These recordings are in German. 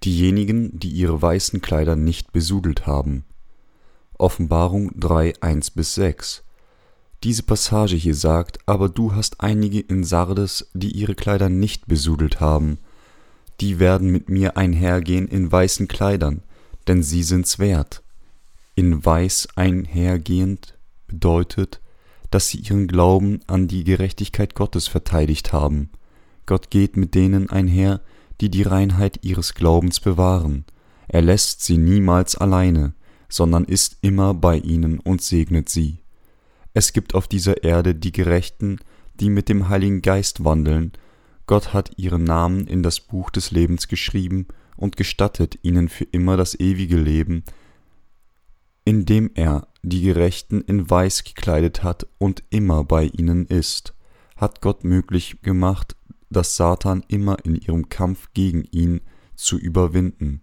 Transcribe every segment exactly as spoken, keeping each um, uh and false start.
Diejenigen, die ihre weißen Kleider nicht besudelt haben. Offenbarung drei, eins bis sechs. Diese Passage hier sagt: Aber du hast einige in Sardes, die ihre Kleider nicht besudelt haben. Die werden mit mir einhergehen in weißen Kleidern, denn sie sind's wert. In weiß einhergehend bedeutet, dass sie ihren Glauben an die Gerechtigkeit Gottes verteidigt haben. Gott geht mit denen einher, die die Reinheit ihres Glaubens bewahren. Er lässt sie niemals alleine, sondern ist immer bei ihnen und segnet sie. Es gibt auf dieser Erde die Gerechten, die mit dem Heiligen Geist wandeln. Gott hat ihren Namen in das Buch des Lebens geschrieben und gestattet ihnen für immer das ewige Leben, indem er die Gerechten in Weiß gekleidet hat und immer bei ihnen ist, hat Gott möglich gemacht, dass Satan immer in ihrem Kampf gegen ihn zu überwinden.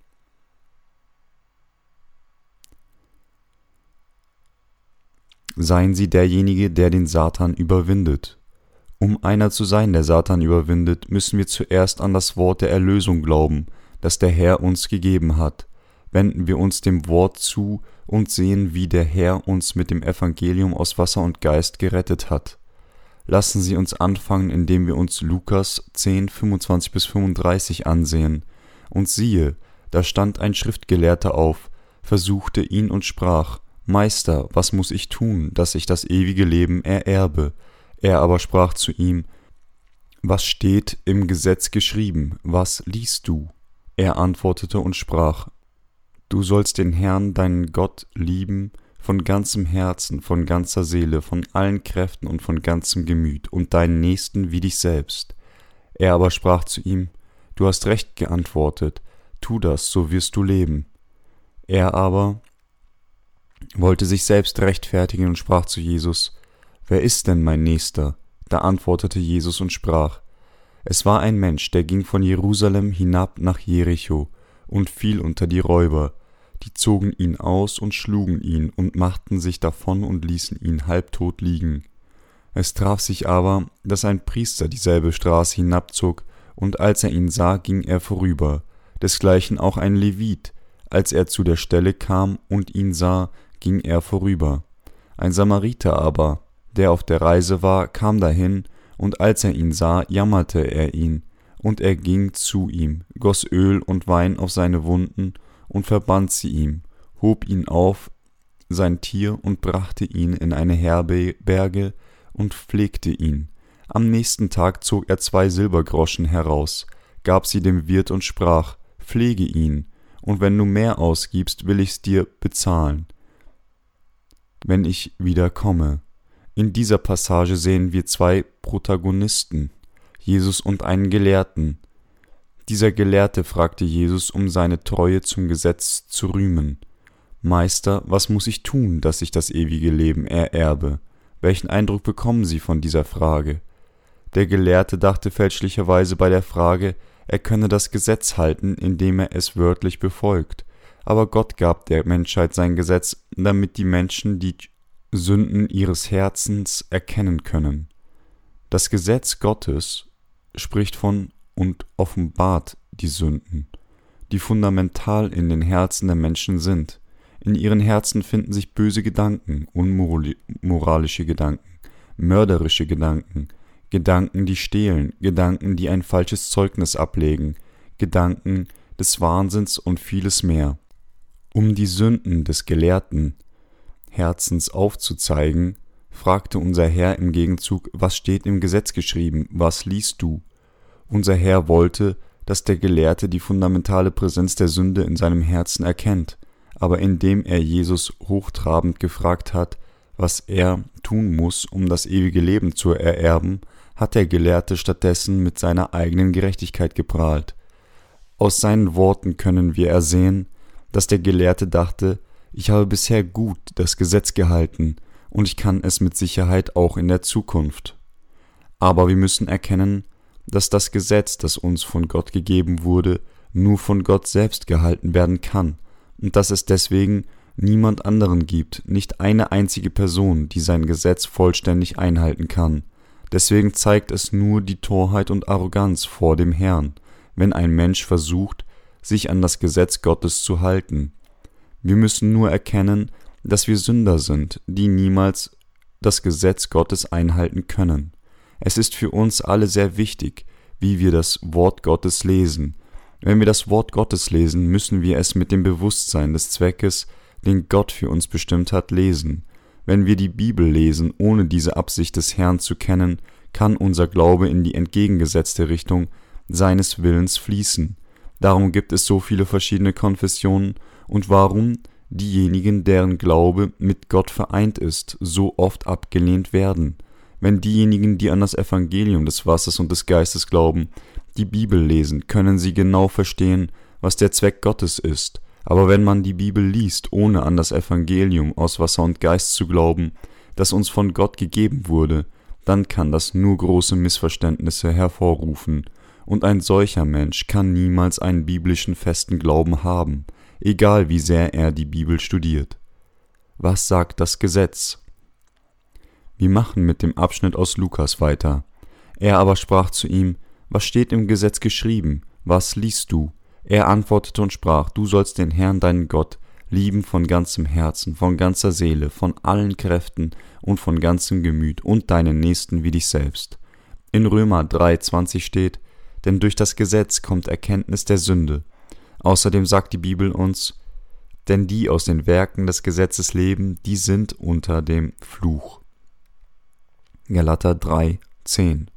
Seien Sie derjenige, der den Satan überwindet. Um einer zu sein, der Satan überwindet, müssen wir zuerst an das Wort der Erlösung glauben, das der Herr uns gegeben hat. Wenden wir uns dem Wort zu und sehen, wie der Herr uns mit dem Evangelium aus Wasser und Geist gerettet hat. Lassen Sie uns anfangen, indem wir uns Lukas zehn, fünfundzwanzig bis fünfunddreißig ansehen. Und siehe, da stand ein Schriftgelehrter auf, versuchte ihn und sprach: Meister, was muß ich tun, dass ich das ewige Leben ererbe? Er aber sprach zu ihm: Was steht im Gesetz geschrieben? Was liest du? Er antwortete und sprach: Du sollst den Herrn, deinen Gott, lieben von ganzem Herzen, von ganzer Seele, von allen Kräften und von ganzem Gemüt und deinen Nächsten wie dich selbst. Er aber sprach zu ihm: Du hast recht geantwortet, tu das, so wirst du leben. Er aber wollte sich selbst rechtfertigen und sprach zu Jesus: Wer ist denn mein Nächster? Da antwortete Jesus und sprach: Es war ein Mensch, der ging von Jerusalem hinab nach Jericho und fiel unter die Räuber. Die zogen ihn aus und schlugen ihn und machten sich davon und ließen ihn halbtot liegen. Es traf sich aber, dass ein Priester dieselbe Straße hinabzog, und als er ihn sah, ging er vorüber. Desgleichen auch ein Levit, als er zu der Stelle kam und ihn sah, ging er vorüber. Ein Samariter aber, der auf der Reise war, kam dahin, und als er ihn sah, jammerte er ihn. Und er ging zu ihm, goss Öl und Wein auf seine Wunden und verband sie ihm, hob ihn auf, sein Tier, und brachte ihn in eine Herberge und pflegte ihn. Am nächsten Tag zog er zwei Silbergroschen heraus, gab sie dem Wirt und sprach: Pflege ihn, und wenn du mehr ausgibst, will ich's dir bezahlen, wenn ich wieder komme. In dieser Passage sehen wir zwei Protagonisten, Jesus und einen Gelehrten. Dieser Gelehrte fragte Jesus, um seine Treue zum Gesetz zu rühmen. Meister, was muss ich tun, dass ich das ewige Leben ererbe? Welchen Eindruck bekommen Sie von dieser Frage? Der Gelehrte dachte fälschlicherweise bei der Frage, er könne das Gesetz halten, indem er es wörtlich befolgt. Aber Gott gab der Menschheit sein Gesetz, damit die Menschen die Sünden ihres Herzens erkennen können. Das Gesetz Gottes spricht von und offenbart die Sünden, die fundamental in den Herzen der Menschen sind. In ihren Herzen finden sich böse Gedanken, unmoralische Gedanken, mörderische Gedanken, Gedanken, die stehlen, Gedanken, die ein falsches Zeugnis ablegen, Gedanken des Wahnsinns und vieles mehr. Um die Sünden des gelehrten Herzens aufzuzeigen, fragte unser Herr im Gegenzug: Was steht im Gesetz geschrieben? Was liest du? Unser Herr wollte, dass der Gelehrte die fundamentale Präsenz der Sünde in seinem Herzen erkennt, aber indem er Jesus hochtrabend gefragt hat, was er tun muss, um das ewige Leben zu ererben, hat der Gelehrte stattdessen mit seiner eigenen Gerechtigkeit geprahlt. Aus seinen Worten können wir ersehen, dass der Gelehrte dachte: Ich habe bisher gut das Gesetz gehalten und ich kann es mit Sicherheit auch in der Zukunft. Aber wir müssen erkennen, dass das Gesetz, das uns von Gott gegeben wurde, nur von Gott selbst gehalten werden kann und dass es deswegen niemand anderen gibt, nicht eine einzige Person, die sein Gesetz vollständig einhalten kann. Deswegen zeigt es nur die Torheit und Arroganz vor dem Herrn, wenn ein Mensch versucht, sich an das Gesetz Gottes zu halten. Wir müssen nur erkennen, dass wir Sünder sind, die niemals das Gesetz Gottes einhalten können. Es ist für uns alle sehr wichtig, wie wir das Wort Gottes lesen. Wenn wir das Wort Gottes lesen, müssen wir es mit dem Bewusstsein des Zweckes, den Gott für uns bestimmt hat, lesen. Wenn wir die Bibel lesen, ohne diese Absicht des Herrn zu kennen, kann unser Glaube in die entgegengesetzte Richtung seines Willens fließen. Darum gibt es so viele verschiedene Konfessionen und warum diejenigen, deren Glaube mit Gott vereint ist, so oft abgelehnt werden. Wenn diejenigen, die an das Evangelium des Wassers und des Geistes glauben, die Bibel lesen, können sie genau verstehen, was der Zweck Gottes ist. Aber wenn man die Bibel liest, ohne an das Evangelium aus Wasser und Geist zu glauben, das uns von Gott gegeben wurde, dann kann das nur große Missverständnisse hervorrufen. Und ein solcher Mensch kann niemals einen biblischen festen Glauben haben, egal wie sehr er die Bibel studiert. Was sagt das Gesetz? Wir machen mit dem Abschnitt aus Lukas weiter. Er aber sprach zu ihm: Was steht im Gesetz geschrieben? Was liest du? Er antwortete und sprach: Du sollst den Herrn, deinen Gott, lieben von ganzem Herzen, von ganzer Seele, von allen Kräften und von ganzem Gemüt und deinen Nächsten wie dich selbst. In Römer drei zwanzig steht: Denn durch das Gesetz kommt Erkenntnis der Sünde. Außerdem sagt die Bibel uns: Denn die aus den Werken des Gesetzes leben, die sind unter dem Fluch. Galater drei zehn.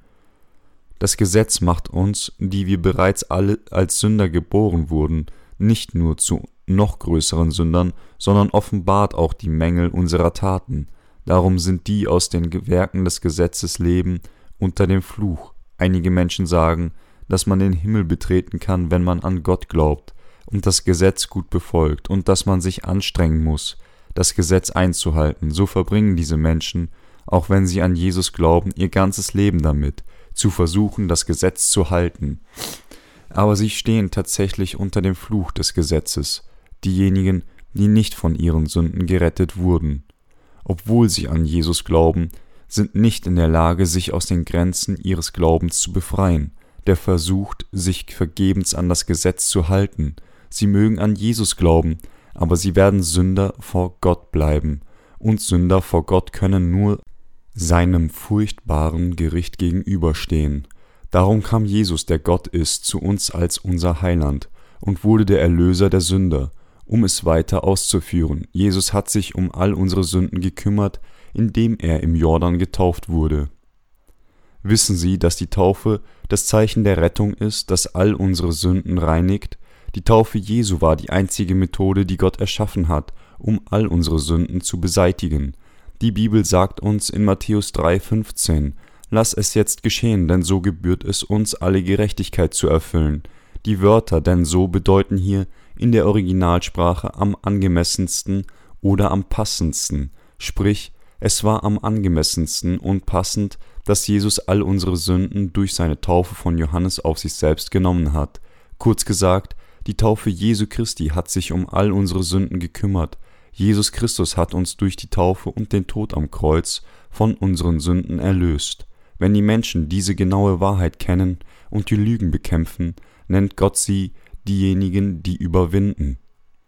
Das Gesetz macht uns, die wir bereits alle als Sünder geboren wurden, nicht nur zu noch größeren Sündern, sondern offenbart auch die Mängel unserer Taten. Darum sind die aus den Werken des Gesetzes leben unter dem Fluch. Einige Menschen sagen, dass man den Himmel betreten kann, wenn man an Gott glaubt und das Gesetz gut befolgt und dass man sich anstrengen muss, das Gesetz einzuhalten. So verbringen diese Menschen, auch wenn sie an Jesus glauben, ihr ganzes Leben damit, zu versuchen, das Gesetz zu halten. Aber sie stehen tatsächlich unter dem Fluch des Gesetzes, diejenigen, die nicht von ihren Sünden gerettet wurden. Obwohl sie an Jesus glauben, sind nicht in der Lage, sich aus den Grenzen ihres Glaubens zu befreien, der versucht, sich vergebens an das Gesetz zu halten. Sie mögen an Jesus glauben, aber sie werden Sünder vor Gott bleiben, und Sünder vor Gott können nur seinem furchtbaren Gericht gegenüberstehen. Darum kam Jesus, der Gott ist, zu uns als unser Heiland und wurde der Erlöser der Sünder, um es weiter auszuführen. Jesus hat sich um all unsere Sünden gekümmert, indem er im Jordan getauft wurde. Wissen Sie, dass die Taufe das Zeichen der Rettung ist, das all unsere Sünden reinigt? Die Taufe Jesu war die einzige Methode, die Gott erschaffen hat, um all unsere Sünden zu beseitigen. Die Bibel sagt uns in Matthäus drei fünfzehn: Lass es jetzt geschehen, denn so gebührt es uns, alle Gerechtigkeit zu erfüllen. Die Wörter denn so bedeuten hier in der Originalsprache am angemessensten oder am passendsten, sprich, es war am angemessensten und passend, dass Jesus all unsere Sünden durch seine Taufe von Johannes auf sich selbst genommen hat. Kurz gesagt, die Taufe Jesu Christi hat sich um all unsere Sünden gekümmert. Jesus Christus hat uns durch die Taufe und den Tod am Kreuz von unseren Sünden erlöst. Wenn die Menschen diese genaue Wahrheit kennen und die Lügen bekämpfen, nennt Gott sie diejenigen, die überwinden.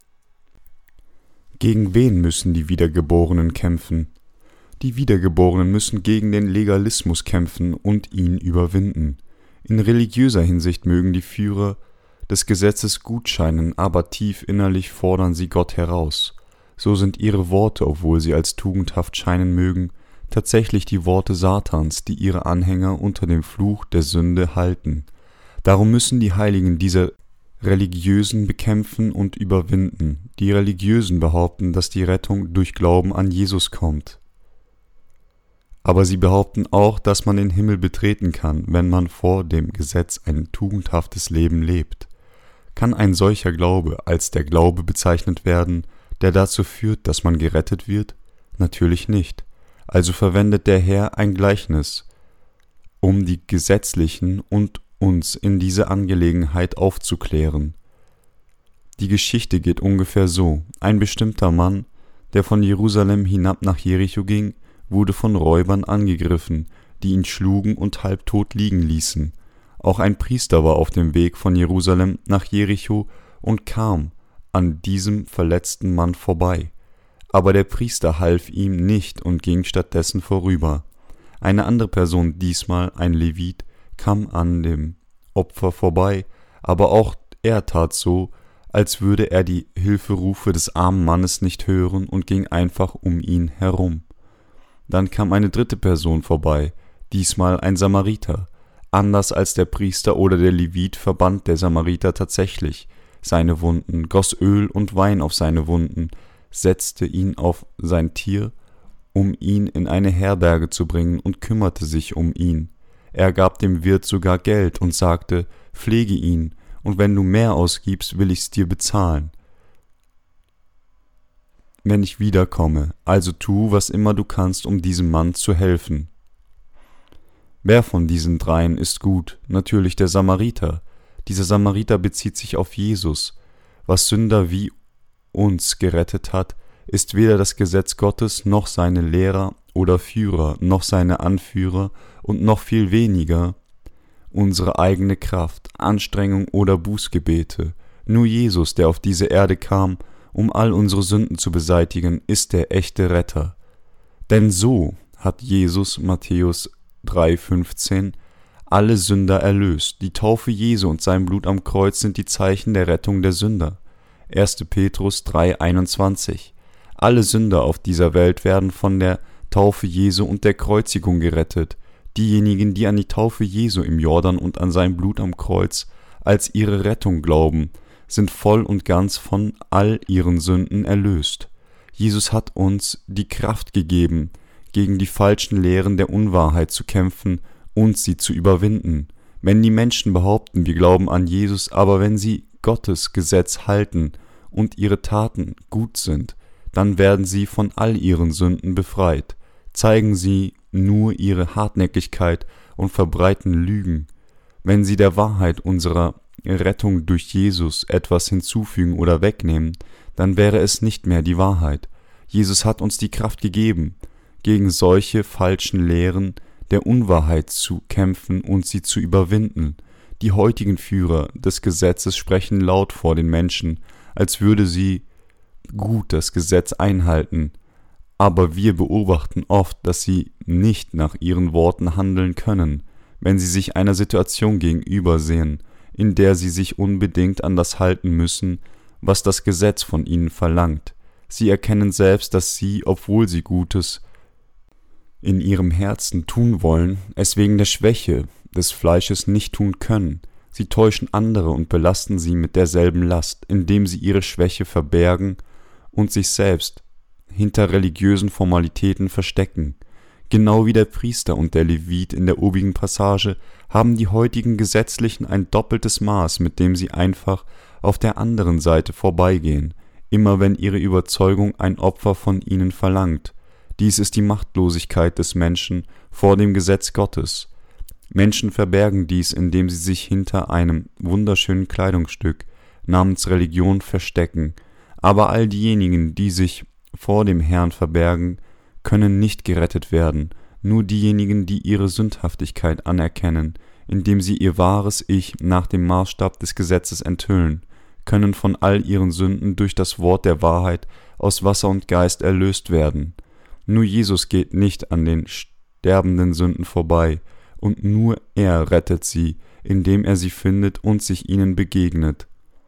Gegen wen müssen die Wiedergeborenen kämpfen? Die Wiedergeborenen müssen gegen den Legalismus kämpfen und ihn überwinden. In religiöser Hinsicht mögen die Führer des Gesetzes gut scheinen, aber tief innerlich fordern sie Gott heraus. So sind ihre Worte, obwohl sie als tugendhaft scheinen mögen, tatsächlich die Worte Satans, die ihre Anhänger unter dem Fluch der Sünde halten. Darum müssen die Heiligen diese Religiösen bekämpfen und überwinden. Die Religiösen behaupten, dass die Rettung durch Glauben an Jesus kommt. Aber sie behaupten auch, dass man den Himmel betreten kann, wenn man vor dem Gesetz ein tugendhaftes Leben lebt. Kann ein solcher Glaube als der Glaube bezeichnet werden, der dazu führt, dass man gerettet wird? Natürlich nicht. Also verwendet der Herr ein Gleichnis, um die Gesetzlichen und uns in diese Angelegenheit aufzuklären. Die Geschichte geht ungefähr so: Ein bestimmter Mann, der von Jerusalem hinab nach Jericho ging, wurde von Räubern angegriffen, die ihn schlugen und halbtot liegen ließen. Auch ein Priester war auf dem Weg von Jerusalem nach Jericho, und kam an diesem verletzten Mann vorbei. Aber der Priester half ihm nicht und ging stattdessen vorüber. Eine andere Person, diesmal ein Levit, kam an dem Opfer vorbei, aber auch er tat so, als würde er die Hilferufe des armen Mannes nicht hören und ging einfach um ihn herum. Dann kam eine dritte Person vorbei, diesmal ein Samariter. Anders als der Priester oder der Levit verband der Samariter tatsächlich seine Wunden, goss Öl und Wein auf seine Wunden, setzte ihn auf sein Tier, um ihn in eine Herberge zu bringen, und kümmerte sich um ihn. Er gab dem Wirt sogar Geld und sagte: Pflege ihn, und wenn du mehr ausgibst, will ich's dir bezahlen, wenn ich wiederkomme. Also tu, was immer du kannst, um diesem Mann zu helfen. Wer von diesen dreien ist gut? Natürlich der Samariter. Dieser Samariter bezieht sich auf Jesus. Was Sünder wie uns gerettet hat, ist weder das Gesetz Gottes noch seine Lehrer oder Führer, noch seine Anführer und noch viel weniger unsere eigene Kraft, Anstrengung oder Bußgebete. Nur Jesus, der auf diese Erde kam, um all unsere Sünden zu beseitigen, ist der echte Retter. Denn so hat Jesus, Matthäus drei fünfzehn, alle Sünder erlöst. Die Taufe Jesu und sein Blut am Kreuz sind die Zeichen der Rettung der Sünder. erster Petrus drei einundzwanzig. Alle Sünder auf dieser Welt werden von der Taufe Jesu und der Kreuzigung gerettet. Diejenigen, die an die Taufe Jesu im Jordan und an sein Blut am Kreuz als ihre Rettung glauben, sind voll und ganz von all ihren Sünden erlöst. Jesus hat uns die Kraft gegeben, gegen die falschen Lehren der Unwahrheit zu kämpfen und sie zu überwinden. Wenn die Menschen behaupten, wir glauben an Jesus, aber wenn sie Gottes Gesetz halten und ihre Taten gut sind, dann werden sie von all ihren Sünden befreit. Zeigen sie nur ihre Hartnäckigkeit und verbreiten Lügen. Wenn sie der Wahrheit unserer Rettung durch Jesus etwas hinzufügen oder wegnehmen, dann wäre es nicht mehr die Wahrheit. Jesus hat uns die Kraft gegeben, gegen solche falschen Lehren der Unwahrheit zu kämpfen und sie zu überwinden. Die heutigen Führer des Gesetzes sprechen laut vor den Menschen, als würde sie gut das Gesetz einhalten, aber wir beobachten oft, dass sie nicht nach ihren Worten handeln können, wenn sie sich einer Situation gegenüber sehen, in der sie sich unbedingt an das halten müssen, was das Gesetz von ihnen verlangt. Sie erkennen selbst, dass sie, obwohl sie Gutes in ihrem Herzen tun wollen, es wegen der Schwäche des Fleisches nicht tun können. Sie täuschen andere und belasten sie mit derselben Last, indem sie ihre Schwäche verbergen und sich selbst hinter religiösen Formalitäten verstecken. Genau wie der Priester und der Levit in der obigen Passage haben die heutigen Gesetzlichen ein doppeltes Maß, mit dem sie einfach auf der anderen Seite vorbeigehen, immer wenn ihre Überzeugung ein Opfer von ihnen verlangt. Dies ist die Machtlosigkeit des Menschen vor dem Gesetz Gottes. Menschen verbergen dies, indem sie sich hinter einem wunderschönen Kleidungsstück namens Religion verstecken. Aber all diejenigen, die sich vor dem Herrn verbergen, können nicht gerettet werden. Nur diejenigen, die ihre Sündhaftigkeit anerkennen, indem sie ihr wahres Ich nach dem Maßstab des Gesetzes enthüllen, können von all ihren Sünden durch das Wort der Wahrheit aus Wasser und Geist erlöst werden. Nur Jesus geht nicht an den sterbenden Sünden vorbei, und nur er rettet sie, indem er sie findet und sich ihnen begegnet.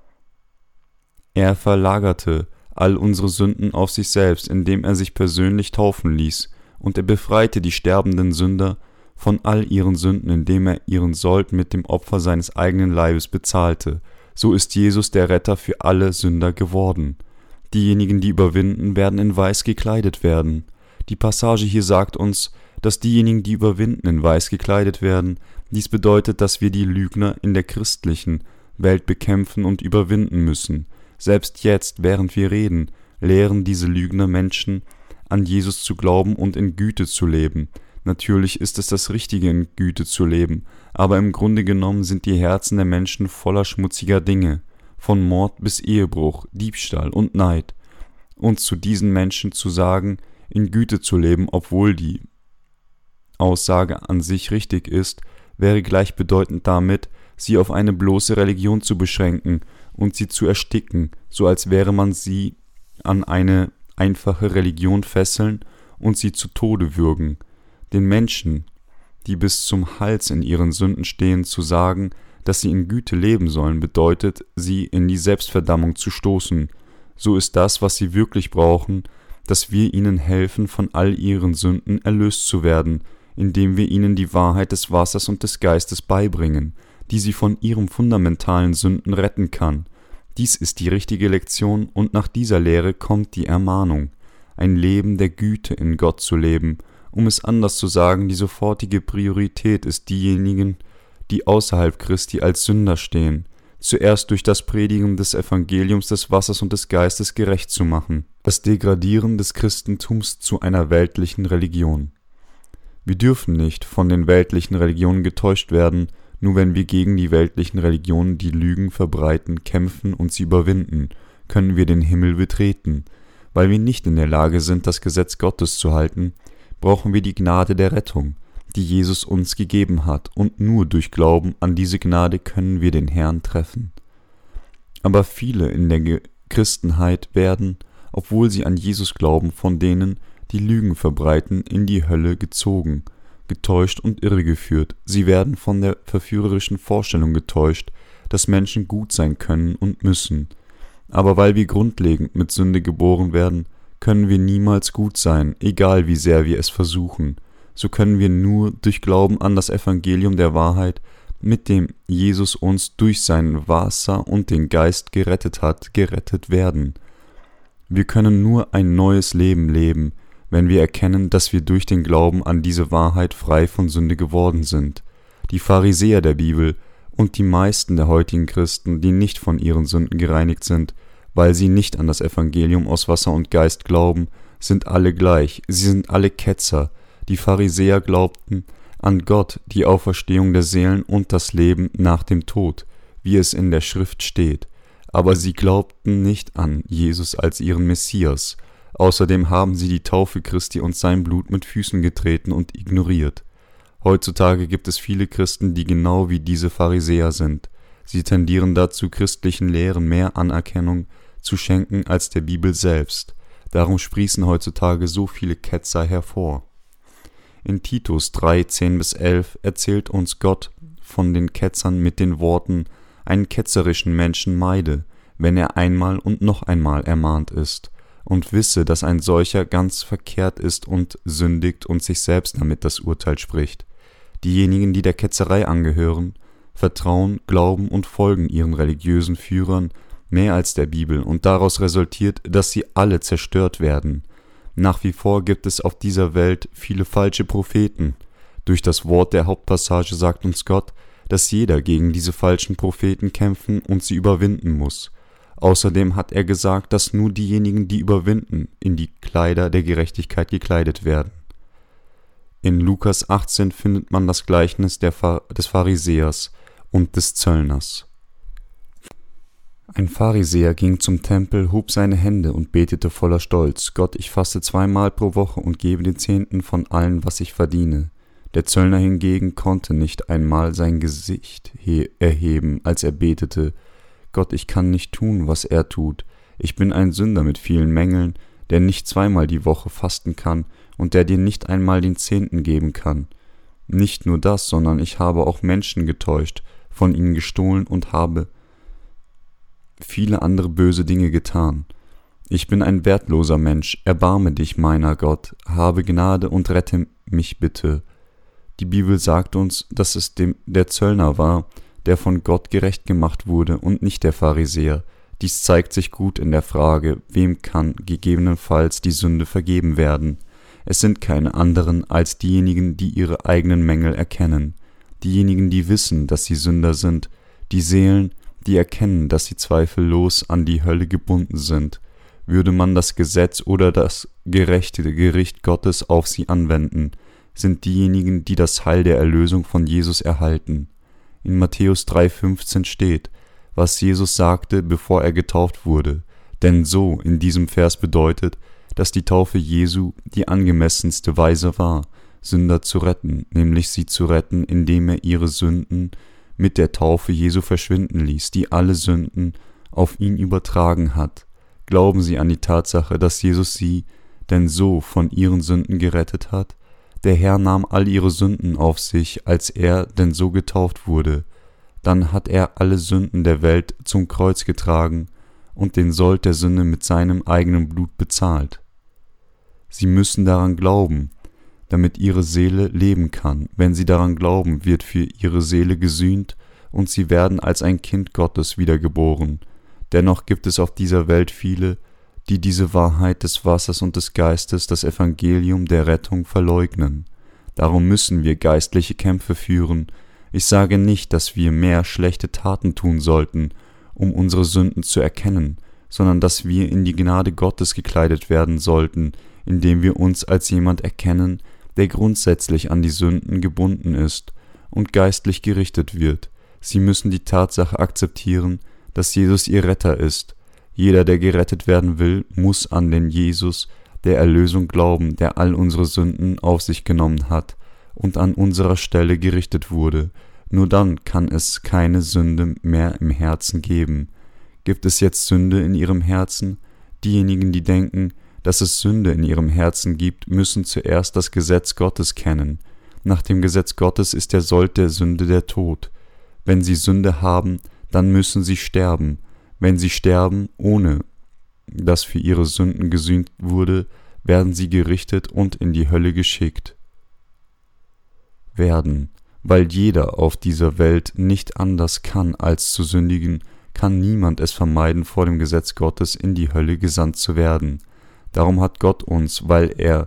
Er verlagerte all unsere Sünden auf sich selbst, indem er sich persönlich taufen ließ, und er befreite die sterbenden Sünder von all ihren Sünden, indem er ihren Sold mit dem Opfer seines eigenen Leibes bezahlte. So ist Jesus der Retter für alle Sünder geworden. Diejenigen, die überwinden, werden in Weiß gekleidet werden. Die Passage hier sagt uns, dass diejenigen, die überwinden, in Weiß gekleidet werden. Dies bedeutet, dass wir die Lügner in der christlichen Welt bekämpfen und überwinden müssen. Selbst jetzt, während wir reden, lehren diese Lügner Menschen, an Jesus zu glauben und in Güte zu leben. Natürlich ist es das Richtige, in Güte zu leben, aber im Grunde genommen sind die Herzen der Menschen voller schmutziger Dinge, von Mord bis Ehebruch, Diebstahl und Neid. Und zu diesen Menschen zu sagen, in Güte zu leben, obwohl die Aussage an sich richtig ist, wäre gleichbedeutend damit, sie auf eine bloße Religion zu beschränken und sie zu ersticken, so als wäre man sie an eine einfache Religion fesseln und sie zu Tode würgen. Den Menschen, die bis zum Hals in ihren Sünden stehen, zu sagen, dass sie in Güte leben sollen, bedeutet, sie in die Selbstverdammung zu stoßen. So ist das, was sie wirklich brauchen, dass wir ihnen helfen, von all ihren Sünden erlöst zu werden, indem wir ihnen die Wahrheit des Wassers und des Geistes beibringen, die sie von ihren fundamentalen Sünden retten kann. Dies ist die richtige Lektion, und nach dieser Lehre kommt die Ermahnung, ein Leben der Güte in Gott zu leben. Um es anders zu sagen, die sofortige Priorität ist diejenigen, die außerhalb Christi als Sünder stehen, zuerst durch das Predigen des Evangeliums des Wassers und des Geistes gerecht zu machen, das Degradieren des Christentums zu einer weltlichen Religion. Wir dürfen nicht von den weltlichen Religionen getäuscht werden. Nur wenn wir gegen die weltlichen Religionen, die Lügen verbreiten, kämpfen und sie überwinden, können wir den Himmel betreten. Weil wir nicht in der Lage sind, das Gesetz Gottes zu halten, brauchen wir die Gnade der Rettung, die Jesus uns gegeben hat, und nur durch Glauben an diese Gnade können wir den Herrn treffen. Aber viele in der Christenheit werden, obwohl sie an Jesus glauben, von denen, die Lügen verbreiten, in die Hölle gezogen, getäuscht und irregeführt. Sie werden von der verführerischen Vorstellung getäuscht, dass Menschen gut sein können und müssen. Aber weil wir grundlegend mit Sünde geboren werden, können wir niemals gut sein, egal wie sehr wir es versuchen. So können wir nur durch Glauben an das Evangelium der Wahrheit, mit dem Jesus uns durch sein Wasser und den Geist gerettet hat, gerettet werden. Wir können nur ein neues Leben leben, wenn wir erkennen, dass wir durch den Glauben an diese Wahrheit frei von Sünde geworden sind. Die Pharisäer der Bibel und die meisten der heutigen Christen, die nicht von ihren Sünden gereinigt sind, weil sie nicht an das Evangelium aus Wasser und Geist glauben, sind alle gleich, sie sind alle Ketzer. Die Pharisäer glaubten an Gott, die Auferstehung der Seelen und das Leben nach dem Tod, wie es in der Schrift steht, aber sie glaubten nicht an Jesus als ihren Messias. Außerdem haben sie die Taufe Christi und sein Blut mit Füßen getreten und ignoriert. Heutzutage gibt es viele Christen, die genau wie diese Pharisäer sind. Sie tendieren dazu, christlichen Lehren mehr Anerkennung zu schenken als der Bibel selbst. Darum sprießen heutzutage so viele Ketzer hervor. In Titus drei, zehn bis elf erzählt uns Gott von den Ketzern mit den Worten: Einen ketzerischen Menschen meide, wenn er einmal und noch einmal ermahnt ist, und wisse, dass ein solcher ganz verkehrt ist und sündigt und sich selbst damit das Urteil spricht. Diejenigen, die der Ketzerei angehören, vertrauen, glauben und folgen ihren religiösen Führern mehr als der Bibel, und daraus resultiert, dass sie alle zerstört werden. Nach wie vor gibt es auf dieser Welt viele falsche Propheten. Durch das Wort der Hauptpassage sagt uns Gott, dass jeder gegen diese falschen Propheten kämpfen und sie überwinden muss. Außerdem hat er gesagt, dass nur diejenigen, die überwinden, in die Kleider der Gerechtigkeit gekleidet werden. In Lukas achtzehn findet man das Gleichnis der Phar- des Pharisäers und des Zöllners. Ein Pharisäer ging zum Tempel, hob seine Hände und betete voller Stolz: Gott, ich faste zweimal pro Woche und gebe den Zehnten von allem, was ich verdiene. Der Zöllner hingegen konnte nicht einmal sein Gesicht he- erheben, als er betete: Gott, ich kann nicht tun, was er tut. Ich bin ein Sünder mit vielen Mängeln, der nicht zweimal die Woche fasten kann und der dir nicht einmal den Zehnten geben kann. Nicht nur das, sondern ich habe auch Menschen getäuscht, von ihnen gestohlen und habe viele andere böse Dinge getan. Ich bin ein wertloser Mensch, erbarme dich, meiner Gott, habe Gnade und rette mich bitte. Die Bibel sagt uns, dass es dem, der Zöllner war, der von Gott gerecht gemacht wurde und nicht der Pharisäer. Dies zeigt sich gut in der Frage, wem kann gegebenenfalls die Sünde vergeben werden. Es sind keine anderen als diejenigen, die ihre eigenen Mängel erkennen, diejenigen, die wissen, dass sie Sünder sind, die Seelen, die erkennen, dass sie zweifellos an die Hölle gebunden sind. Würde man das Gesetz oder das gerechte Gericht Gottes auf sie anwenden, sind diejenigen, die das Heil der Erlösung von Jesus erhalten. In Matthäus drei fünfzehn steht, was Jesus sagte, bevor er getauft wurde, denn so in diesem Vers bedeutet, dass die Taufe Jesu die angemessenste Weise war, Sünder zu retten, nämlich sie zu retten, indem er ihre Sünden mit der Taufe Jesu verschwinden ließ, die alle Sünden auf ihn übertragen hat. Glauben Sie an die Tatsache, dass Jesus Sie denn so von Ihren Sünden gerettet hat? Der Herr nahm all Ihre Sünden auf sich, als er denn so getauft wurde. Dann hat er alle Sünden der Welt zum Kreuz getragen und den Sold der Sünde mit seinem eigenen Blut bezahlt. Sie müssen daran glauben, damit Ihre Seele leben kann. Wenn Sie daran glauben, wird für Ihre Seele gesühnt und Sie werden als ein Kind Gottes wiedergeboren. Dennoch gibt es auf dieser Welt viele, die diese Wahrheit des Wassers und des Geistes, das Evangelium der Rettung, verleugnen. Darum müssen wir geistliche Kämpfe führen. Ich sage nicht, dass wir mehr schlechte Taten tun sollten, um unsere Sünden zu erkennen, sondern dass wir in die Gnade Gottes gekleidet werden sollten, indem wir uns als jemand erkennen, der grundsätzlich an die Sünden gebunden ist und geistlich gerichtet wird. Sie müssen die Tatsache akzeptieren, dass Jesus Ihr Retter ist. Jeder, der gerettet werden will, muss an den Jesus der Erlösung glauben, der all unsere Sünden auf sich genommen hat und an unserer Stelle gerichtet wurde. Nur dann kann es keine Sünde mehr im Herzen geben. Gibt es jetzt Sünde in ihrem Herzen? Diejenigen, die denken, dass es Sünde in ihrem Herzen gibt, müssen zuerst das Gesetz Gottes kennen. Nach dem Gesetz Gottes ist der Sold der Sünde der Tod. Wenn sie Sünde haben, dann müssen sie sterben. Wenn sie sterben, ohne dass für ihre Sünden gesühnt wurde, werden sie gerichtet und in die Hölle geschickt werden. Weil jeder auf dieser Welt nicht anders kann, als zu sündigen, kann niemand es vermeiden, vor dem Gesetz Gottes in die Hölle gesandt zu werden. Darum hat Gott uns, weil er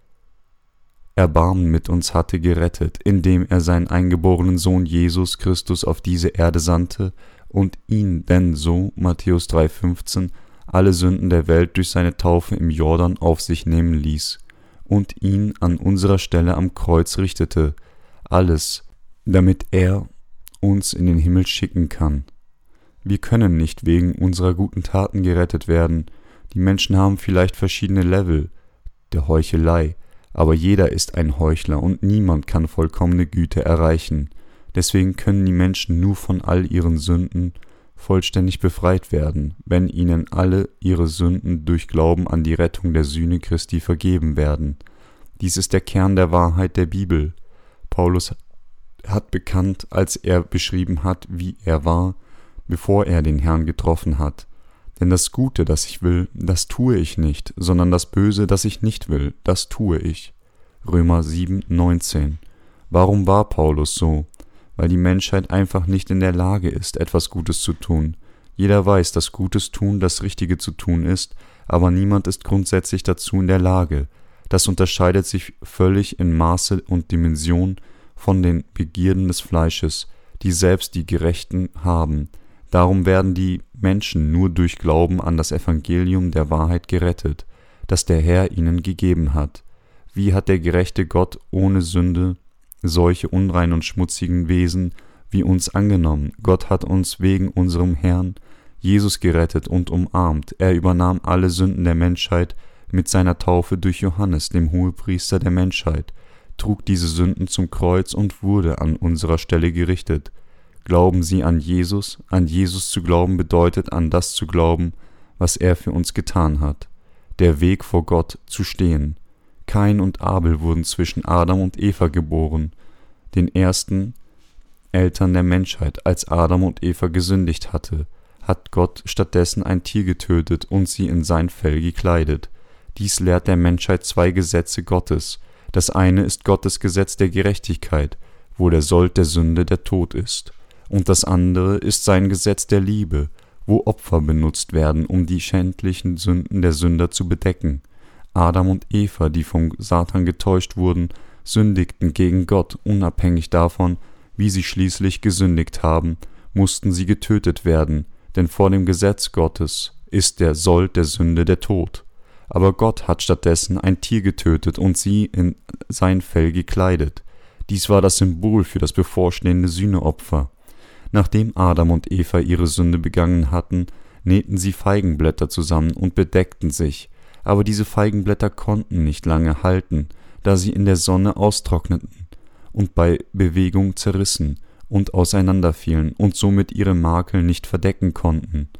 Erbarmen mit uns hatte, gerettet, indem er seinen eingeborenen Sohn Jesus Christus auf diese Erde sandte und ihn denn so, Matthäus drei fünfzehn, alle Sünden der Welt durch seine Taufe im Jordan auf sich nehmen ließ und ihn an unserer Stelle am Kreuz richtete, alles, damit er uns in den Himmel schicken kann. Wir können nicht wegen unserer guten Taten gerettet werden. Die Menschen haben vielleicht verschiedene Level der Heuchelei, aber jeder ist ein Heuchler und niemand kann vollkommene Güte erreichen. Deswegen können die Menschen nur von all ihren Sünden vollständig befreit werden, wenn ihnen alle ihre Sünden durch Glauben an die Rettung der Sühne Christi vergeben werden. Dies ist der Kern der Wahrheit der Bibel. Paulus hat bekannt, als er beschrieben hat, wie er war, bevor er den Herrn getroffen hat. Denn das Gute, das ich will, das tue ich nicht, sondern das Böse, das ich nicht will, das tue ich. Römer sieben neunzehn. Warum war Paulus so? Weil die Menschheit einfach nicht in der Lage ist, etwas Gutes zu tun. Jeder weiß, dass Gutes tun das Richtige zu tun ist, aber niemand ist grundsätzlich dazu in der Lage. Das unterscheidet sich völlig in Maße und Dimension von den Begierden des Fleisches, die selbst die Gerechten haben. Darum werden die Menschen nur durch Glauben an das Evangelium der Wahrheit gerettet, das der Herr ihnen gegeben hat. Wie hat der gerechte Gott ohne Sünde solche unreinen und schmutzigen Wesen wie uns angenommen? Gott hat uns wegen unserem Herrn Jesus gerettet und umarmt. Er übernahm alle Sünden der Menschheit mit seiner Taufe durch Johannes, dem Hohepriester der Menschheit, trug diese Sünden zum Kreuz und wurde an unserer Stelle gerichtet. Glauben Sie an Jesus? An Jesus zu glauben bedeutet, an das zu glauben, was er für uns getan hat. Der Weg vor Gott zu stehen. Kain und Abel wurden zwischen Adam und Eva geboren, den ersten Eltern der Menschheit. Als Adam und Eva gesündigt hatte, hat Gott stattdessen ein Tier getötet und sie in sein Fell gekleidet. Dies lehrt der Menschheit zwei Gesetze Gottes. Das eine ist Gottes Gesetz der Gerechtigkeit, wo der Sold der Sünde der Tod ist. Und das andere ist sein Gesetz der Liebe, wo Opfer benutzt werden, um die schändlichen Sünden der Sünder zu bedecken. Adam und Eva, die vom Satan getäuscht wurden, sündigten gegen Gott. Unabhängig davon, wie sie schließlich gesündigt haben, mussten sie getötet werden, denn vor dem Gesetz Gottes ist der Sold der Sünde der Tod. Aber Gott hat stattdessen ein Tier getötet und sie in sein Fell gekleidet. Dies war das Symbol für das bevorstehende Sühneopfer. Nachdem Adam und Eva ihre Sünde begangen hatten, nähten sie Feigenblätter zusammen und bedeckten sich. Aber diese Feigenblätter konnten nicht lange halten, da sie in der Sonne austrockneten und bei Bewegung zerrissen und auseinanderfielen und somit ihre Makel nicht verdecken konnten.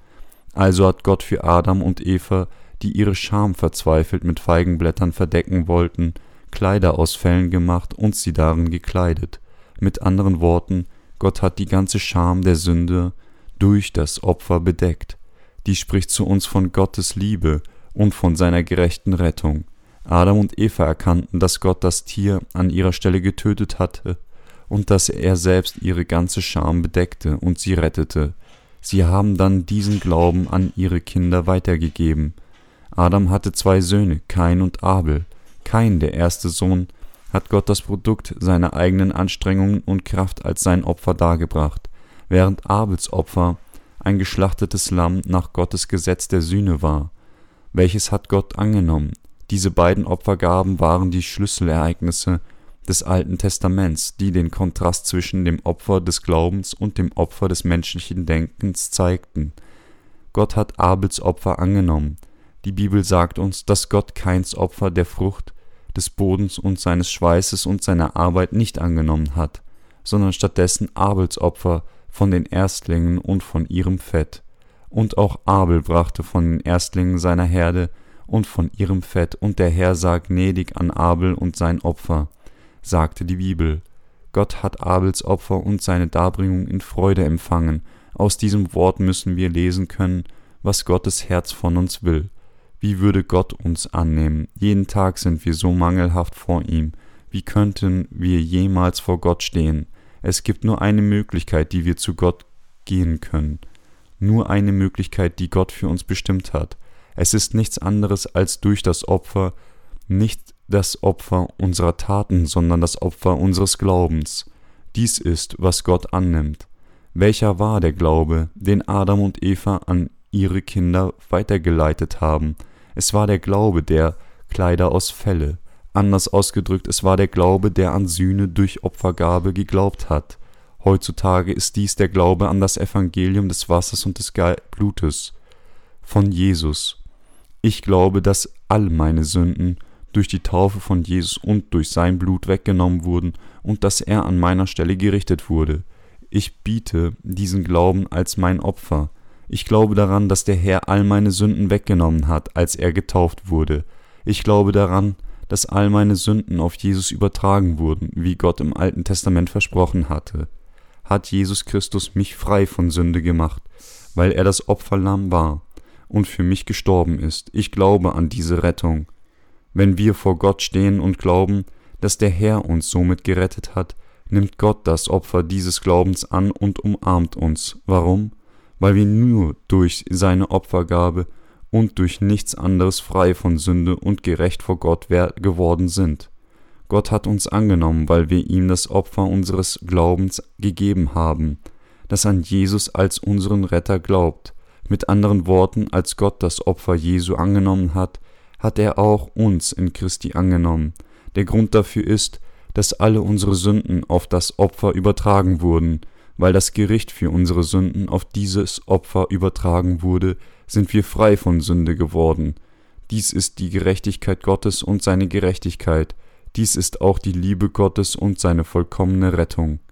Also hat Gott für Adam und Eva, die ihre Scham verzweifelt mit Feigenblättern verdecken wollten, Kleider aus Fellen gemacht und sie darin gekleidet. Mit anderen Worten, Gott hat die ganze Scham der Sünde durch das Opfer bedeckt. Dies spricht zu uns von Gottes Liebe und von seiner gerechten Rettung. Adam und Eva erkannten, dass Gott das Tier an ihrer Stelle getötet hatte und dass er selbst ihre ganze Scham bedeckte und sie rettete. Sie haben dann diesen Glauben an ihre Kinder weitergegeben. Adam hatte zwei Söhne, Kain und Abel. Kain, der erste Sohn, hat Gott das Produkt seiner eigenen Anstrengungen und Kraft als sein Opfer dargebracht, während Abels Opfer ein geschlachtetes Lamm nach Gottes Gesetz der Sühne war. Welches hat Gott angenommen? Diese beiden Opfergaben waren die Schlüsselereignisse des Alten Testaments, die den Kontrast zwischen dem Opfer des Glaubens und dem Opfer des menschlichen Denkens zeigten. Gott hat Abels Opfer angenommen. Die Bibel sagt uns, dass Gott Kains Opfer der Frucht des Bodens und seines Schweißes und seiner Arbeit nicht angenommen hat, sondern stattdessen Abels Opfer von den Erstlingen und von ihrem Fett. Und auch Abel brachte von den Erstlingen seiner Herde und von ihrem Fett, und der Herr sah gnädig an Abel und sein Opfer, sagte die Bibel. Gott hat Abels Opfer und seine Darbringung in Freude empfangen. Aus diesem Wort müssen wir lesen können, was Gottes Herz von uns will. Wie würde Gott uns annehmen? Jeden Tag sind wir so mangelhaft vor ihm. Wie könnten wir jemals vor Gott stehen? Es gibt nur eine Möglichkeit, die wir zu Gott gehen können. Nur eine Möglichkeit, die Gott für uns bestimmt hat. Es ist nichts anderes als durch das Opfer, nicht das Opfer unserer Taten, sondern das Opfer unseres Glaubens. Dies ist, was Gott annimmt. Welcher war der Glaube, den Adam und Eva an ihre Kinder weitergeleitet haben? Es war der Glaube der Kleider aus Felle. Anders ausgedrückt, es war der Glaube, der an Sühne durch Opfergabe geglaubt hat. Heutzutage ist dies der Glaube an das Evangelium des Wassers und des Blutes von Jesus. Ich glaube, dass all meine Sünden durch die Taufe von Jesus und durch sein Blut weggenommen wurden und dass er an meiner Stelle gerichtet wurde. Ich biete diesen Glauben als mein Opfer. Ich glaube daran, dass der Herr all meine Sünden weggenommen hat, als er getauft wurde. Ich glaube daran, dass all meine Sünden auf Jesus übertragen wurden, wie Gott im Alten Testament versprochen hatte. Hat Jesus Christus mich frei von Sünde gemacht, weil er das Opferlamm war und für mich gestorben ist. Ich glaube an diese Rettung. Wenn wir vor Gott stehen und glauben, dass der Herr uns somit gerettet hat, nimmt Gott das Opfer dieses Glaubens an und umarmt uns. Warum? Weil wir nur durch seine Opfergabe und durch nichts anderes frei von Sünde und gerecht vor Gott geworden sind. Gott hat uns angenommen, weil wir ihm das Opfer unseres Glaubens gegeben haben, das an Jesus als unseren Retter glaubt. Mit anderen Worten, als Gott das Opfer Jesu angenommen hat, hat er auch uns in Christi angenommen. Der Grund dafür ist, dass alle unsere Sünden auf das Opfer übertragen wurden. Weil das Gericht für unsere Sünden auf dieses Opfer übertragen wurde, sind wir frei von Sünde geworden. Dies ist die Gerechtigkeit Gottes und seine Gerechtigkeit. Dies ist auch die Liebe Gottes und seine vollkommene Rettung.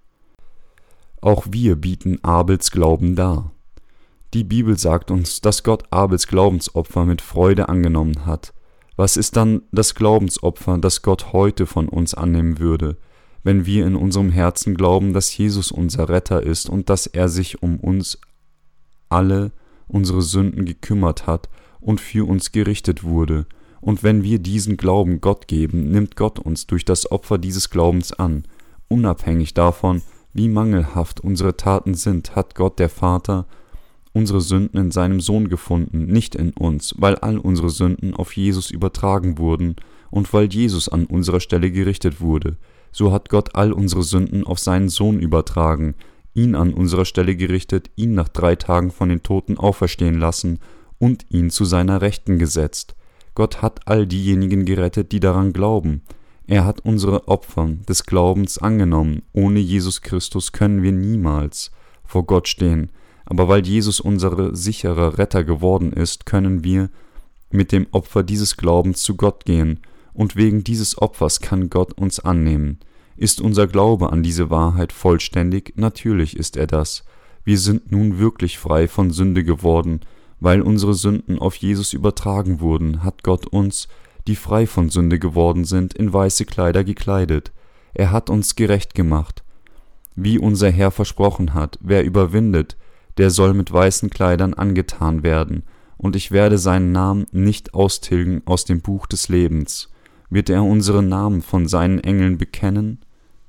Auch wir bieten Abels Glauben dar. Die Bibel sagt uns, dass Gott Abels Glaubensopfer mit Freude angenommen hat. Was ist dann das Glaubensopfer, das Gott heute von uns annehmen würde, wenn wir in unserem Herzen glauben, dass Jesus unser Retter ist und dass er sich um uns alle unsere Sünden gekümmert hat und für uns gerichtet wurde? Und wenn wir diesen Glauben Gott geben, nimmt Gott uns durch das Opfer dieses Glaubens an. Unabhängig davon, wie mangelhaft unsere Taten sind, hat Gott der Vater unsere Sünden in seinem Sohn gefunden, nicht in uns, weil all unsere Sünden auf Jesus übertragen wurden und weil Jesus an unserer Stelle gerichtet wurde. So hat Gott all unsere Sünden auf seinen Sohn übertragen, ihn an unserer Stelle gerichtet, ihn nach drei Tagen von den Toten auferstehen lassen und ihn zu seiner Rechten gesetzt. Gott hat all diejenigen gerettet, die daran glauben. Er hat unsere Opfer des Glaubens angenommen. Ohne Jesus Christus können wir niemals vor Gott stehen. Aber weil Jesus unser sicherer Retter geworden ist, können wir mit dem Opfer dieses Glaubens zu Gott gehen. Und wegen dieses Opfers kann Gott uns annehmen. Ist unser Glaube an diese Wahrheit vollständig? Natürlich ist er das. Wir sind nun wirklich frei von Sünde geworden, Weil unsere Sünden auf Jesus übertragen wurden, hat Gott uns, die frei von Sünde geworden sind, in weiße Kleider gekleidet. Er hat uns gerecht gemacht. Wie unser Herr versprochen hat, wer überwindet, der soll mit weißen Kleidern angetan werden, und ich werde seinen Namen nicht austilgen aus dem Buch des Lebens. Wird er unseren Namen von seinen Engeln bekennen?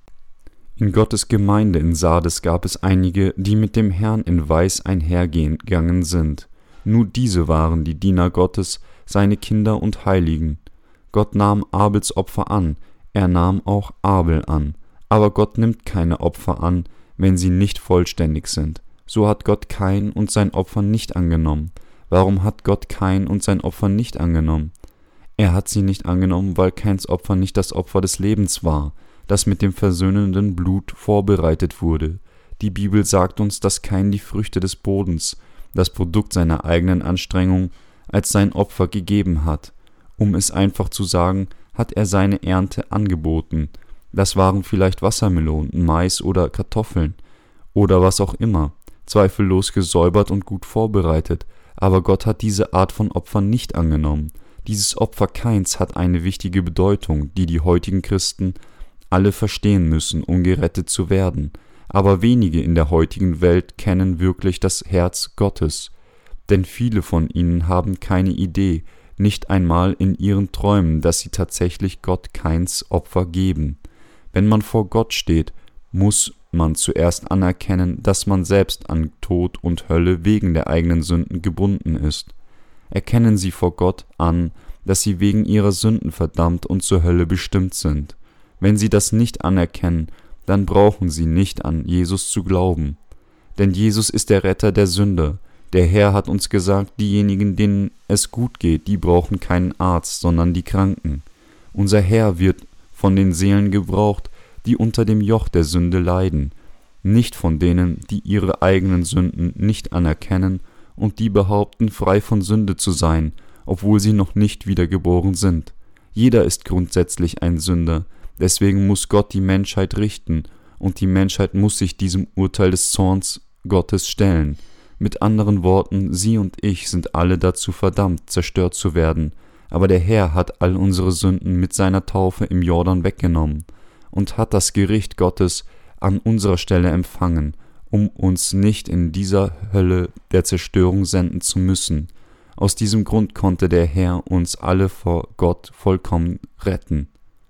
In Gottes Gemeinde in Sardes gab es einige, die mit dem Herrn in Weiß einhergegangen sind. Nur diese waren die Diener Gottes, seine Kinder und Heiligen. Gott nahm Abels Opfer an, er nahm auch Abel an. Aber Gott nimmt keine Opfer an, wenn sie nicht vollständig sind. So hat Gott Kain und sein Opfer nicht angenommen. Warum hat Gott Kain und sein Opfer nicht angenommen? Er hat sie nicht angenommen, weil Kains Opfer nicht das Opfer des Lebens war, das mit dem versöhnenden Blut vorbereitet wurde. Die Bibel sagt uns, dass Kain die Früchte des Bodens, das Produkt seiner eigenen Anstrengung, als sein Opfer gegeben hat. Um es einfach zu sagen, hat er seine Ernte angeboten. Das waren vielleicht Wassermelonen, Mais oder Kartoffeln oder was auch immer, zweifellos gesäubert und gut vorbereitet, aber Gott hat diese Art von Opfern nicht angenommen. Dieses Opfer Kains hat eine wichtige Bedeutung, die die heutigen Christen alle verstehen müssen, um gerettet zu werden. Aber wenige in der heutigen Welt kennen wirklich das Herz Gottes, denn viele von ihnen haben keine Idee, nicht einmal in ihren Träumen, dass sie tatsächlich Gott Kains Opfer geben. Wenn man vor Gott steht, muss man zuerst anerkennen, dass man selbst an Tod und Hölle wegen der eigenen Sünden gebunden ist. Erkennen Sie vor Gott an, dass Sie wegen Ihrer Sünden verdammt und zur Hölle bestimmt sind. Wenn Sie das nicht anerkennen, dann brauchen Sie nicht an Jesus zu glauben. Denn Jesus ist der Retter der Sünder. Der Herr hat uns gesagt, diejenigen, denen es gut geht, die brauchen keinen Arzt, sondern die Kranken. Unser Herr wird von den Seelen gebraucht, die unter dem Joch der Sünde leiden, nicht von denen, die ihre eigenen Sünden nicht anerkennen und die behaupten, frei von Sünde zu sein, obwohl sie noch nicht wiedergeboren sind. Jeder ist grundsätzlich ein Sünder, deswegen muss Gott die Menschheit richten, und die Menschheit muss sich diesem Urteil des Zorns Gottes stellen. Mit anderen Worten, Sie und ich sind alle dazu verdammt, zerstört zu werden, aber der Herr hat all unsere Sünden mit seiner Taufe im Jordan weggenommen und hat das Gericht Gottes an unserer Stelle empfangen, um uns nicht in dieser Hölle der Zerstörung senden zu müssen. Aus diesem Grund konnte der Herr uns alle vor Gott vollkommen retten.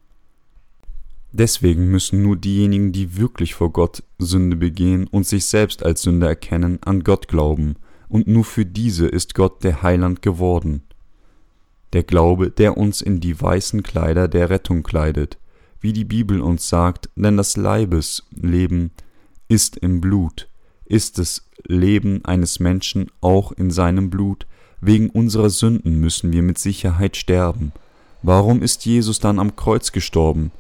Deswegen müssen nur diejenigen, die wirklich vor Gott Sünde begehen und sich selbst als Sünder erkennen, an Gott glauben, und nur für diese ist Gott der Heiland geworden. Der Glaube, der uns in die weißen Kleider der Rettung kleidet, wie die Bibel uns sagt, denn das Leibesleben ist im Blut, ist das Leben eines Menschen auch in seinem Blut. Wegen unserer Sünden müssen wir mit Sicherheit sterben. Warum ist Jesus dann am Kreuz gestorben?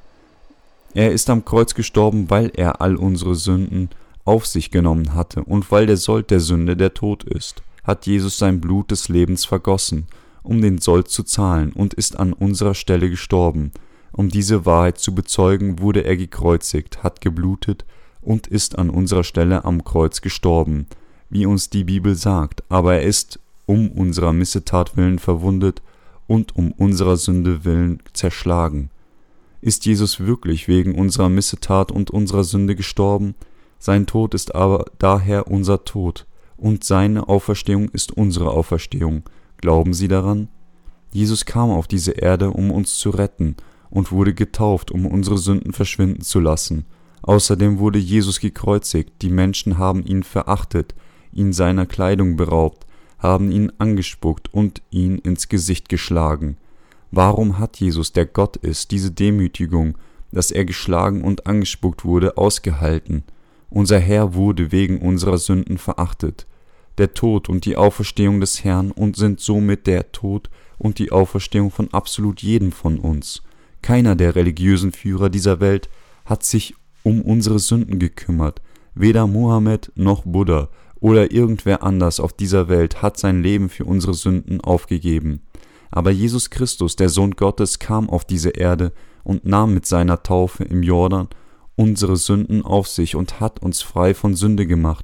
Er ist am Kreuz gestorben, weil er all unsere Sünden auf sich genommen hatte und weil der Sold der Sünde der Tod ist, hat Jesus sein Blut des Lebens vergossen, um den Sold zu zahlen, und ist an unserer Stelle gestorben. Um diese Wahrheit zu bezeugen, wurde er gekreuzigt, hat geblutet und ist an unserer Stelle am Kreuz gestorben, wie uns die Bibel sagt, aber er ist um unserer Missetat willen verwundet und um unserer Sünde willen zerschlagen. Ist Jesus wirklich wegen unserer Missetat und unserer Sünde gestorben? Sein Tod ist aber daher unser Tod, und seine Auferstehung ist unsere Auferstehung. Glauben Sie daran? Jesus kam auf diese Erde, um uns zu retten, und wurde getauft, um unsere Sünden verschwinden zu lassen. Außerdem wurde Jesus gekreuzigt, die Menschen haben ihn verachtet, ihn seiner Kleidung beraubt, haben ihn angespuckt und ihn ins Gesicht geschlagen. Warum hat Jesus, der Gott ist, diese Demütigung, dass er geschlagen und angespuckt wurde, ausgehalten? Unser Herr wurde wegen unserer Sünden verachtet. Der Tod und die Auferstehung des Herrn und sind somit der Tod und die Auferstehung von absolut jedem von uns. Keiner der religiösen Führer dieser Welt hat sich um unsere Sünden gekümmert. Weder Mohammed noch Buddha oder irgendwer anders auf dieser Welt hat sein Leben für unsere Sünden aufgegeben. Aber Jesus Christus, der Sohn Gottes, kam auf diese Erde und nahm mit seiner Taufe im Jordan unsere Sünden auf sich und hat uns frei von Sünde gemacht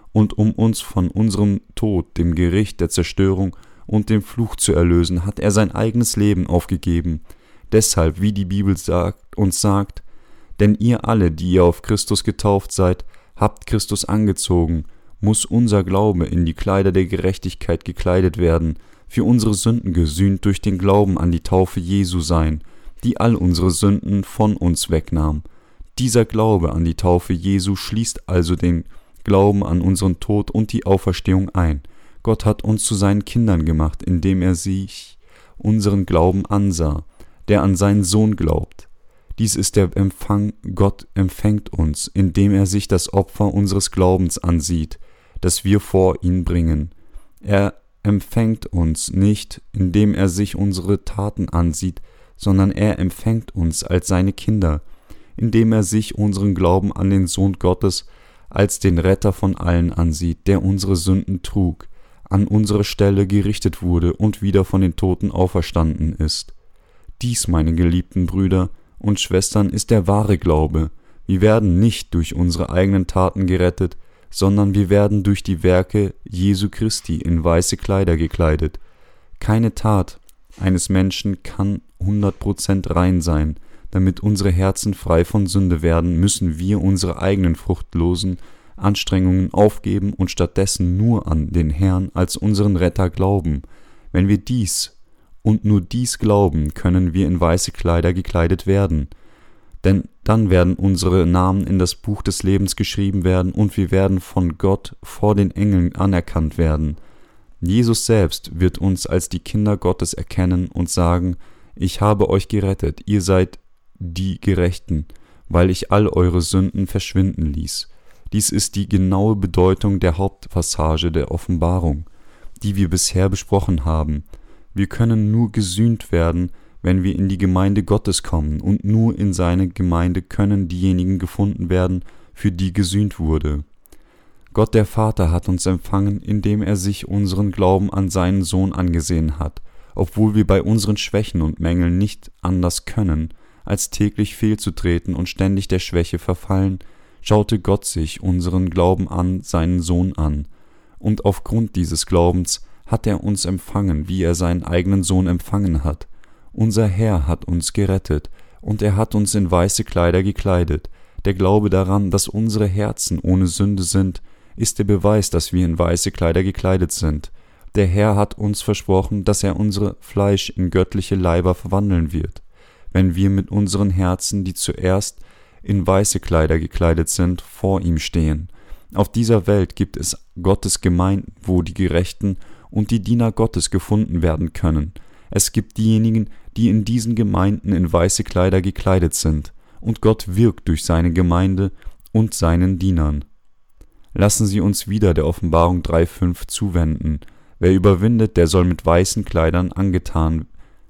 und um uns von unserem Tod, dem Gericht der Zerstörung und dem Fluch zu erlösen, hat er sein eigenes Leben aufgegeben. Deshalb, wie die Bibel sagt, uns sagt, denn ihr alle, die ihr auf Christus getauft seid, habt Christus angezogen, muss unser Glaube in die Kleider der Gerechtigkeit gekleidet werden, für unsere Sünden gesühnt durch den Glauben an die Taufe Jesu sein, die all unsere Sünden von uns wegnahm. Dieser Glaube an die Taufe Jesu schließt also den Glauben an unseren Tod und die Auferstehung ein. Gott hat uns zu seinen Kindern gemacht, indem er sich unseren Glauben ansah, der an seinen Sohn glaubt. Dies ist der Empfang, Gott empfängt uns, indem er sich das Opfer unseres Glaubens ansieht, das wir vor ihn bringen. Er empfängt uns nicht, indem er sich unsere Taten ansieht, sondern er empfängt uns als seine Kinder, indem er sich unseren Glauben an den Sohn Gottes als den Retter von allen ansieht, der unsere Sünden trug, an unsere Stelle gerichtet wurde und wieder von den Toten auferstanden ist. Dies, meine geliebten Brüder und Schwestern, ist der wahre Glaube. Wir werden nicht durch unsere eigenen Taten gerettet, sondern wir werden durch die Werke Jesu Christi in weiße Kleider gekleidet. Keine Tat eines Menschen kann hundert Prozent rein sein. Damit unsere Herzen frei von Sünde werden, müssen wir unsere eigenen fruchtlosen Anstrengungen aufgeben und stattdessen nur an den Herrn als unseren Retter glauben. Wenn wir dies und nur dies glauben, können wir in weiße Kleider gekleidet werden. Denn dann werden unsere Namen in das Buch des Lebens geschrieben werden und wir werden von Gott vor den Engeln anerkannt werden. Jesus selbst wird uns als die Kinder Gottes erkennen und sagen: Ich habe euch gerettet, ihr seid die Gerechten, weil ich all eure Sünden verschwinden ließ. Dies ist die genaue Bedeutung der Hauptpassage der Offenbarung, die wir bisher besprochen haben. Wir können nur gesühnt werden, wenn wir in die Gemeinde Gottes kommen, und nur in seine Gemeinde können diejenigen gefunden werden, für die gesühnt wurde. Gott der Vater hat uns empfangen, indem er sich unseren Glauben an seinen Sohn angesehen hat, obwohl wir bei unseren Schwächen und Mängeln nicht anders können, als täglich fehlzutreten und ständig der Schwäche verfallen, schaute Gott sich unseren Glauben an seinen Sohn an, und aufgrund dieses Glaubens hat er uns empfangen, wie er seinen eigenen Sohn empfangen hat. Unser Herr hat uns gerettet, und er hat uns in weiße Kleider gekleidet. Der Glaube daran, dass unsere Herzen ohne Sünde sind, ist der Beweis, dass wir in weiße Kleider gekleidet sind. Der Herr hat uns versprochen, dass er unser Fleisch in göttliche Leiber verwandeln wird, wenn wir mit unseren Herzen, die zuerst in weiße Kleider gekleidet sind, vor ihm stehen. Auf dieser Welt gibt es Gottes Gemeinden, wo die Gerechten und die Diener Gottes gefunden werden können. Es gibt diejenigen, die in diesen Gemeinden in weiße Kleider gekleidet sind, und Gott wirkt durch seine Gemeinde und seinen Dienern. Lassen Sie uns wieder der Offenbarung drei Vers fünf zuwenden. Wer überwindet, der soll mit weißen Kleidern angetan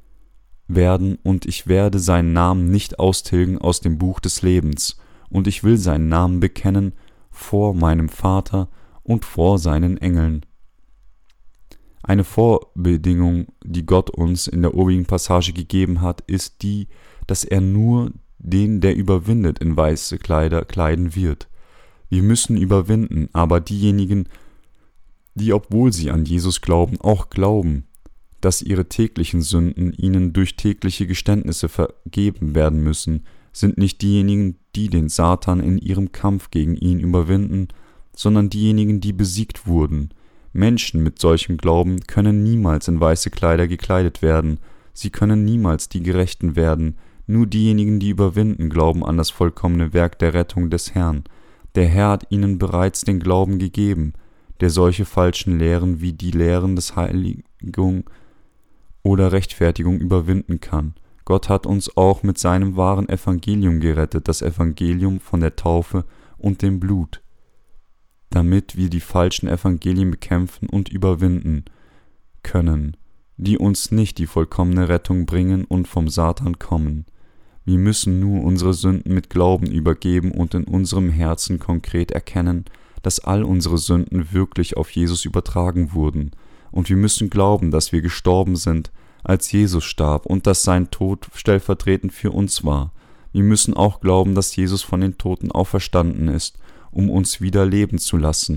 werden, und ich werde seinen Namen nicht austilgen aus dem Buch des Lebens, und ich will seinen Namen bekennen vor meinem Vater und vor seinen Engeln. Eine Vorbedingung, die Gott uns in der obigen Passage gegeben hat, ist die, dass er nur den, der überwindet, in weiße Kleider kleiden wird. Wir müssen überwinden, aber diejenigen, die, obwohl sie an Jesus glauben, auch glauben, dass ihre täglichen Sünden ihnen durch tägliche Geständnisse vergeben werden müssen, sind nicht diejenigen, die den Satan in ihrem Kampf gegen ihn überwinden, sondern diejenigen, die besiegt wurden. Menschen mit solchem Glauben können niemals in weiße Kleider gekleidet werden, sie können niemals die Gerechten werden, nur diejenigen, die überwinden, glauben an das vollkommene Werk der Rettung des Herrn. Der Herr hat ihnen bereits den Glauben gegeben, der solche falschen Lehren wie die Lehren des Heiligung oder Rechtfertigung überwinden kann. Gott hat uns auch mit seinem wahren Evangelium gerettet, das Evangelium von der Taufe und dem Blut, damit wir die falschen Evangelien bekämpfen und überwinden können, die uns nicht die vollkommene Rettung bringen und vom Satan kommen. Wir müssen nur unsere Sünden mit Glauben übergeben und in unserem Herzen konkret erkennen, dass all unsere Sünden wirklich auf Jesus übertragen wurden, und wir müssen glauben, dass wir gestorben sind, als Jesus starb, und dass sein Tod stellvertretend für uns war. Wir müssen auch glauben, dass Jesus von den Toten auferstanden ist, um uns wieder leben zu lassen.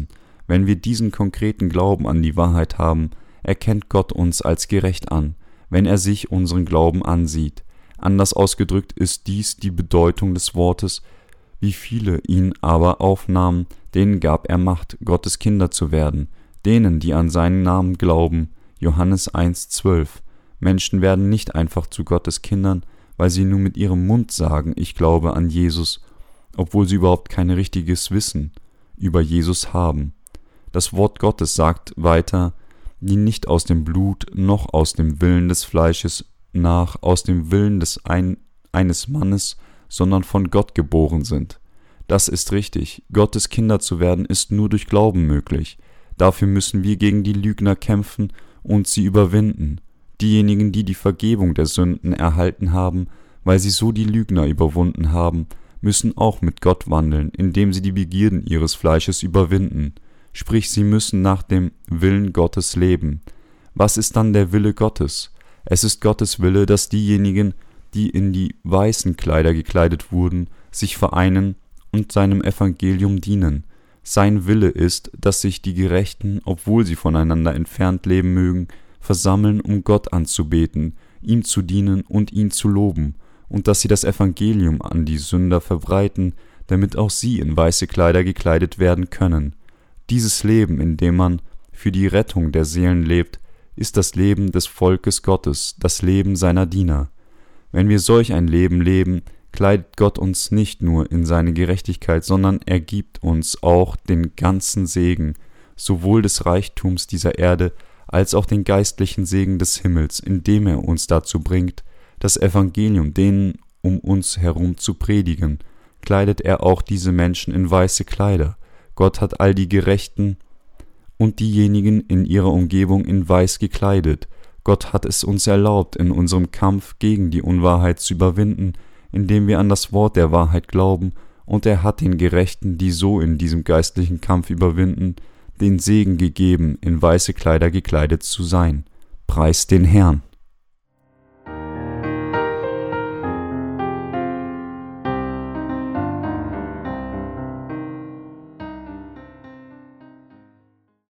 Wenn wir diesen konkreten Glauben an die Wahrheit haben, erkennt Gott uns als gerecht an, wenn er sich unseren Glauben ansieht. Anders ausgedrückt ist dies die Bedeutung des Wortes: Wie viele ihn aber aufnahmen, denen gab er Macht, Gottes Kinder zu werden, denen, die an seinen Namen glauben. Johannes eins zwölf. Menschen werden nicht einfach zu Gottes Kindern, weil sie nur mit ihrem Mund sagen, ich glaube an Jesus, obwohl sie überhaupt kein richtiges Wissen über Jesus haben. Das Wort Gottes sagt weiter, die nicht aus dem Blut noch aus dem Willen des Fleisches nach aus dem Willen des ein, eines Mannes, sondern von Gott geboren sind. Das ist richtig. Gottes Kinder zu werden ist nur durch Glauben möglich. Dafür müssen wir gegen die Lügner kämpfen und sie überwinden. Diejenigen, die die Vergebung der Sünden erhalten haben, weil sie so die Lügner überwunden haben, müssen auch mit Gott wandeln, indem sie die Begierden ihres Fleisches überwinden. Sprich, sie müssen nach dem Willen Gottes leben. Was ist dann der Wille Gottes? Es ist Gottes Wille, dass diejenigen, die in die weißen Kleider gekleidet wurden, sich vereinen und seinem Evangelium dienen. Sein Wille ist, dass sich die Gerechten, obwohl sie voneinander entfernt leben mögen, versammeln, um Gott anzubeten, ihm zu dienen und ihn zu loben, und dass sie das Evangelium an die Sünder verbreiten, damit auch sie in weiße Kleider gekleidet werden können. Dieses Leben, in dem man für die Rettung der Seelen lebt, ist das Leben des Volkes Gottes, das Leben seiner Diener. Wenn wir solch ein Leben leben, kleidet Gott uns nicht nur in seine Gerechtigkeit, sondern er gibt uns auch den ganzen Segen, sowohl des Reichtums dieser Erde, als auch den geistlichen Segen des Himmels, indem er uns dazu bringt, das Evangelium denen um uns herum zu predigen, kleidet er auch diese Menschen in weiße Kleider. Gott hat all die Gerechten und diejenigen in ihrer Umgebung in weiß gekleidet. Gott hat es uns erlaubt, in unserem Kampf gegen die Unwahrheit zu überwinden, indem wir an das Wort der Wahrheit glauben, und er hat den Gerechten, die so in diesem geistlichen Kampf überwinden, den Segen gegeben, in weiße Kleider gekleidet zu sein. Preist den Herrn!